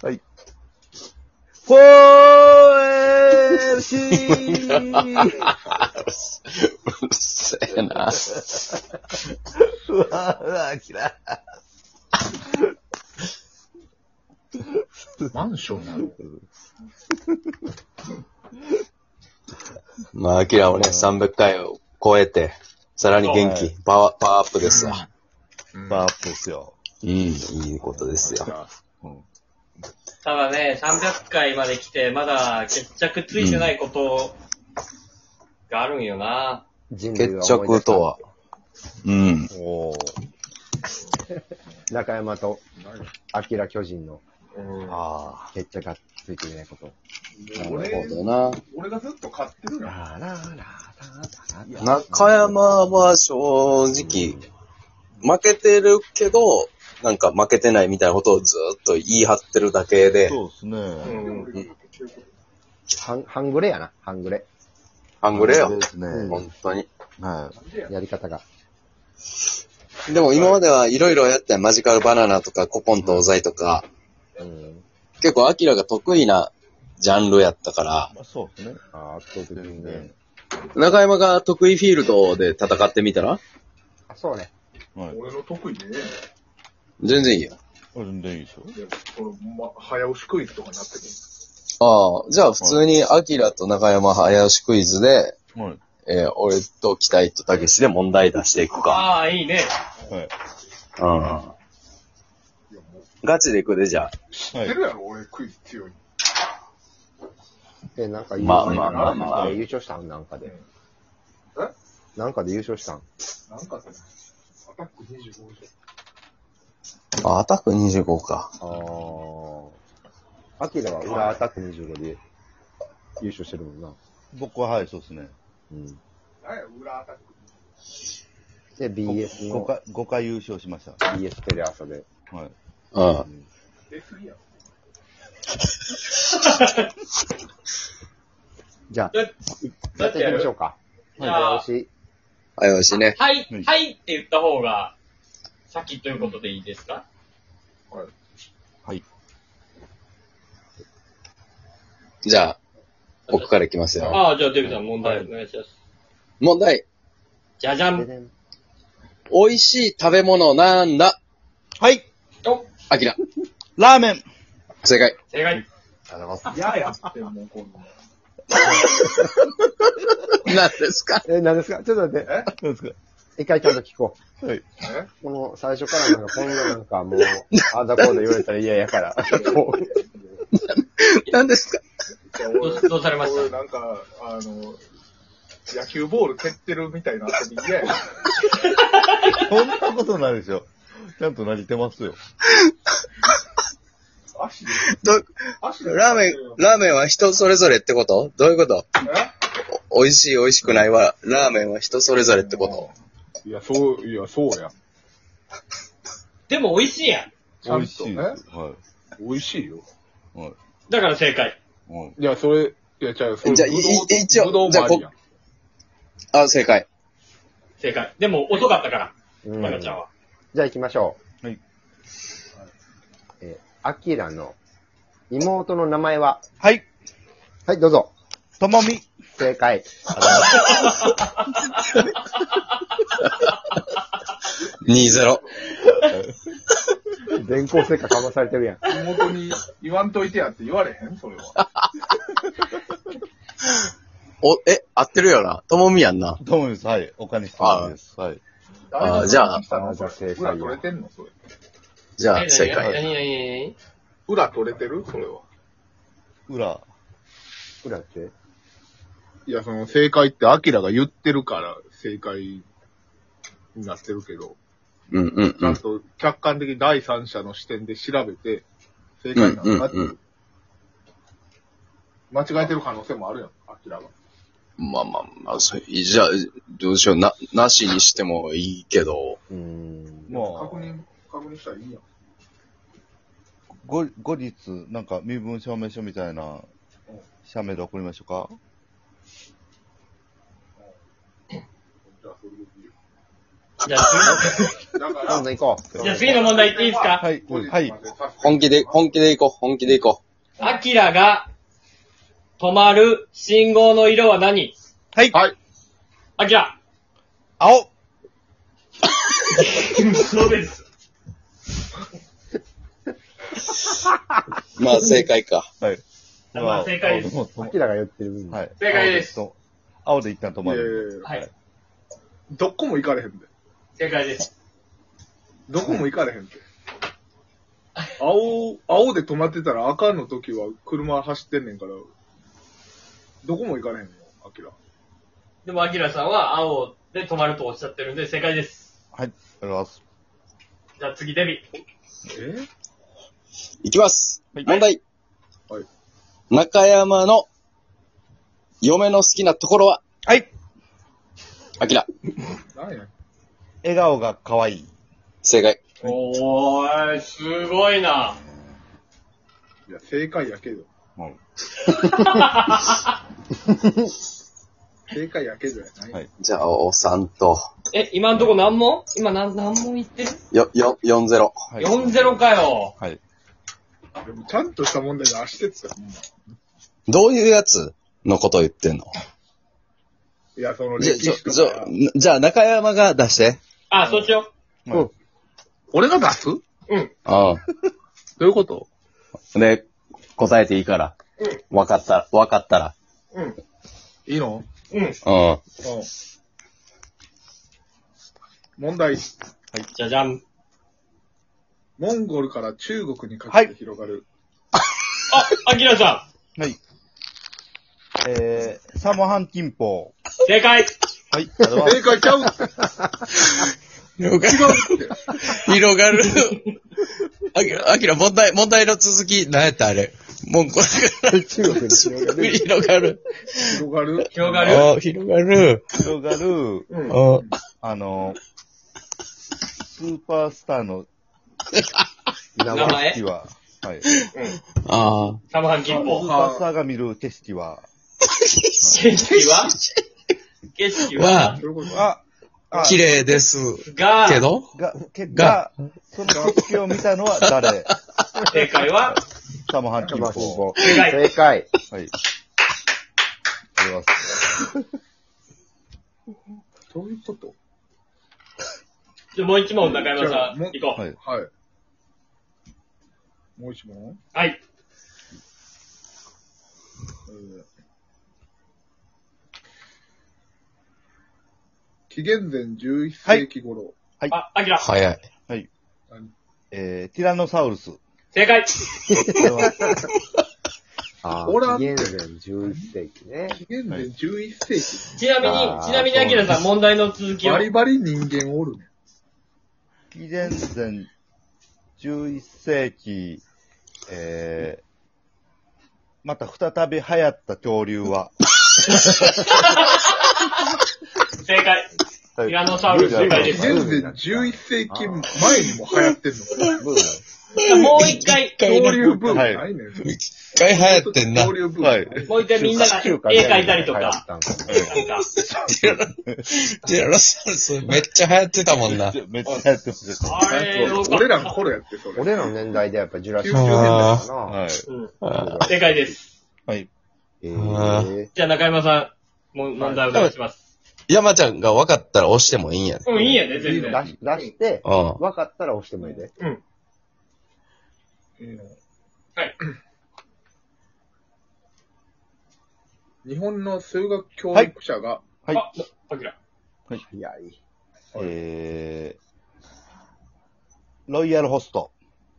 はい。 フォーエルシーうるせえな。 うわ、嫌い。 マンションなの？ まあ、アキラもね、300回を超えて、さらに元気、パワーアップですわ。 パワーアップですよ。 いいことですよ。 ただね、300回まで来て、まだ決着ついてないことがあるんよな。 決着とは。 おー。 中山と、アキラ巨人のあ決着がついていないこと。 なるほどな。 俺がずっと買ってるよ。 中山は正直、負けてるけど、なんか負けてないみたいなことをずっと言い張ってるだけで。 そうですね。 半グレやな、半グレ。 半グレよ。 ですね。 本当に。 はやり方が。 でも今まではいろいろやったよ。マジカルバナナとか、古今東西とか。結構アキラが得意なジャンルやったから。 そうですね。 圧倒的にね。 中山が得意フィールドで戦ってみたら？ そうね。 はい。 俺の得意でね。 全然いいよ。 全然いいでしょ。 早押しクイズとかになってくる。 ああ、じゃあ普通にアキラと中山早押しクイズで、 はい。 俺と期待とたけしで問題出していくか。 ああ、いいね。 はい。 ガチでいくで、じゃあ。 知ってるやろ、俺クイズ強い。 なんかまあ優勝したんなんかで。 え？ なんかで優勝したんなんかってね、アタック25でしあ、アタック25か。 アキラは裏アタック25で優勝してるもんな。 僕ははい、そうですね。 何や、裏アタック。 で、BS の 5回優勝しました。 BS テレ朝で。 はい。 出過ぎやろ。 じゃあ、やっていきましょうか。 じゃあ、 早押しね。 はい、はいって言った方が先ということでいいですか？ はい。 じゃあ、僕からいきますよ。 ああ、じゃあデビさん問題お願いします。 問題。 じゃじゃん。 で美味しい食べ物なんだ？ はい。 お、 アキラ。 ラーメン。 正解。 正解。 ややってもうこんな。 何ですか？ 何ですかちょっと待って。 何ですか？ 一回ちゃんと聞こう。 はい。 この最初からなんかこんななんかもう、あだこうで言われたら嫌やから。 何ですか？ どうされました？ 俺なんか、野球ボール蹴ってるみたいな遊び嫌や。 そんなことないでしょ。ちゃんと投げてますよ。 足で。 ラーメンは人それぞれってこと？どういうこと？美味しい美味しくないは、ラーメンは人それぞれってこと？ いや、そうや。 でも美味しいやん。 ちゃんと美味しいです。は美味しいよ。 い。はい。 だから正解。 いや、それ、いや、じゃあ、それ、 じゃあ一応ぶどうもありやん。 あ、正解。 正解。でも遅かったから、 うんまなちゃんは。 じゃあ行きましょう。 はい。 アキラの妹の名前は？ はい。 はい、どうぞ。 ともみ。 正解。 2-0。 電光石火かまされてるやん。 妹に言わんといてやって言われへんそれは。 合ってるよな。ともみやんな。 ともみです。はい。岡西ともみです。はい。 じゃあじゃあ正解裏取れてんのそれ。 じゃあ、正解。 何裏取れてるそれは。 裏って？ いや、その正解ってアキラが言ってるから正解になってるけど、ちゃんと客観的第三者の視点で調べて正解なのかっていう。間違えてる可能性もあるやん、アキラが。 まあ、じゃあ、どうしよう。なしにしてもいいけど。 も確認したらいいやん。 後日、なんか身分証明書みたいな、写メで送りましょうか？ じゃあ、それでいいよ。 じゃあだかどんどん行こう。 じゃあ次の問題いっていいですか？ はい。はい。 本気で行こう。本気で行こアキラが止まる信号の色は何？ はい。 はい。 アキラ。 青。 そうです。 う。まあ、正解か。 はい。 まあ正解ですアキラが言ってる分。 はい。 正解です。 青で一旦止まる。 はい。 どこも行かれへんで。 正解です。 どこも行かれへんって。青で止まってたら赤の時は車走ってんねんから、どこも行かれへんよ、アキラ。 でもアキラさんは青で止まるとおっしゃってるんで正解です。 はい。ありがとうございます。 じゃあ次デビ。 いきます。 はい問題。 はい。 中山の嫁の好きなところははい。 アキラ。 何や。 笑顔が可愛い。 正解。 おーい、すごいな。 いや、正解やけど。 うん正解やけどやない。 はいじゃあ、おさんと、 今んとこ何問？今何問言ってる？ 4-0。 はい 4-0 かよ。 はい。 でもちゃんとした問題出してってた。 どういうやつのことを言ってんの？ いや、そのじゃ、 歴史とか。 じゃあ、中山が出して。 あ、そっちよ。 はい俺が出すどうん。 ういうことで、答えていいから。わかったら。 うん。 いいのうん。 うん。 問題。 じゃじゃん。 モンゴルから中国にかけて広がる。 あ、アキラさはい。サモハンキンポん。正解。 はい。ありがとうござい正解ちゃうって。違うって。 広がる。あきら、問題の続き、何やったあれ。もう、これ中国に広がる。 広がる。 広がる。 広がる。 広がる。 ます。広がる、 うん。 スーパースターの名前景色は、はい。 あサムハンキンスポ。 ーパースターが見る景色は、 景色は景色はそういうこと綺麗です。 が、 けどその景色を見たのは誰？ 正解はサモハンキンポ。 正解。 正解。 はい。ありがとうございます。 どういうことじゃあもう一問、中山さん、 もう行こう。 はい。 はい。もう一問はい。 紀元前11世紀頃。 あ、アキラ。 早い。 はい。ティラノサウルス。 正解。 あオラン紀元前11世紀ね。 紀元前11世紀。 ちなみにアキラさん、問題の続きをバ。リバリ人間おるね。 紀元前11世紀、また再び流行った恐竜は、 正解。ティラノサウルス正解です。 紀元前11世紀前にも流行ってんのかブームもう一回、 恐竜ブームないねん。 一回流行ってんな。 恐竜ブーム。 はい。 もう一回みんなが絵描いたりとか、なんか、 ティラノサウルスめっちゃ流行ってたもんな。 めっちゃ流行ってますよ。 あれ、よかった俺らの頃やって、それ。 俺らの年代でやっぱジュラシッ 90 ク年代かな。 はい。 正解です。 はい。 じゃあ中山さん、問題お願いします。 山ちゃんが分かったら押してもいいんやね。 いいやね、全然。 出して、 うん。 分かったら押してもいいで。 はい。 日本の数学教育者が、 はい。 あ、アキラ。 早い。 ロイヤルホスト。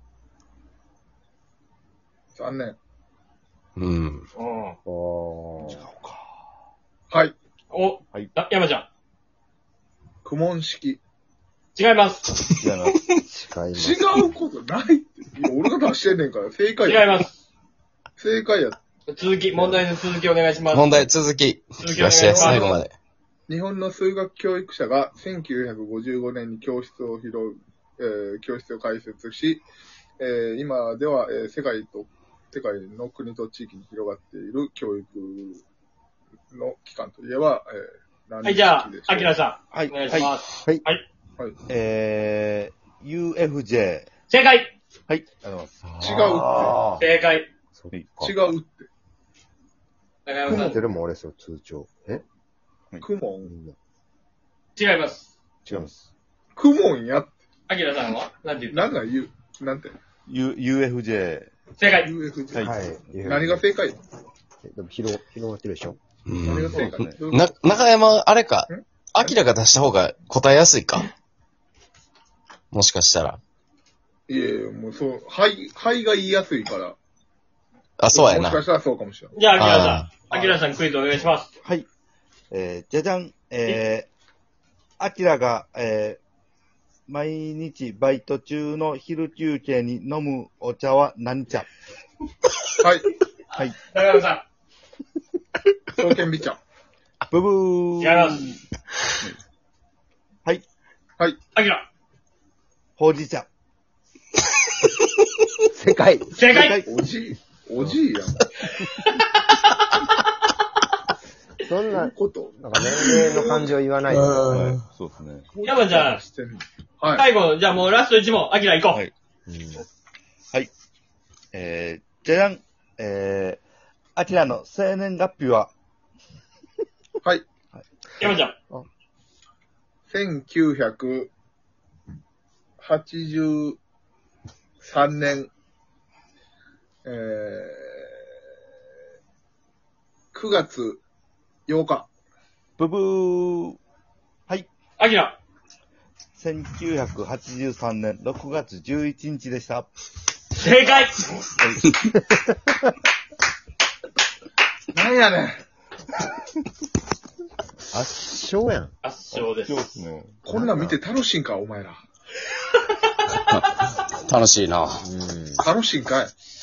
残念。 うん。 おー。 はい。 お、 はい山ちゃ苦問式。 ん。違います。 違います。 違います。 違うことないって。いや俺が出してんねんから、正解や。 違います。 正解や。 問題の続きお願いします。 問題続き。 続きお願いし出して、 ます。 最後まで。 日本の数学教育者が1955年に教室を開設し、今では、世界の国と地域に広がっている教育の機関といえば、何はい、じゃあでしょう、 アキラさん、 はい。 お願いします。 はい。 はい。 UFJ。 正解。 はい。ありがとうございます。 違う正解。 そっか。 って。違うって。 中山さん。 雲ってでも俺ですよ、通帳。 クモン。 違います。 違います。 クモンや。 アキラさんはなんて言ったなんか言う、なんて。 UFJ。 正解。 UFJ。 はい何が正解？ でも広がってるでしょ。 何が正解？ 中山、あれかん。 アキラが出した方が答えやすいか。もしかしたら。 いやいや、もうそう、はいが言いやすいから。 あ、そうやなもしかし。たらそうかもしれない。 じゃあ、アキラさん。アキラさんクイズお願いします。 はい。じゃじゃん。アキラが、毎日バイト中の昼休憩に飲むお茶は何茶？ はい。 はい。 中山さ刀剣美茶。 ブブん。 ー。 違います。 はい。 はい。 アキラ。 ほうじ茶。 正解。 正解。 おじいやん。 そんな、 こと。 なんか年齢の感じを言わないで。 はい。そうですね。 山ちゃん。 はい。 最後、じゃあもうラスト1問。アキラ行こう。 はい。じゃじゃん。アキラの生年月日ははい。 山ちゃん。 1983年、9月8日。 ブブー。はい。 アキラ。 1983年6月11日でした。 正解。 なんやねん。 圧勝やん。 圧勝です。 そうですね。 こんなん見て楽しいんか、お前ら。 楽しいな。 うん。 楽しいんかい。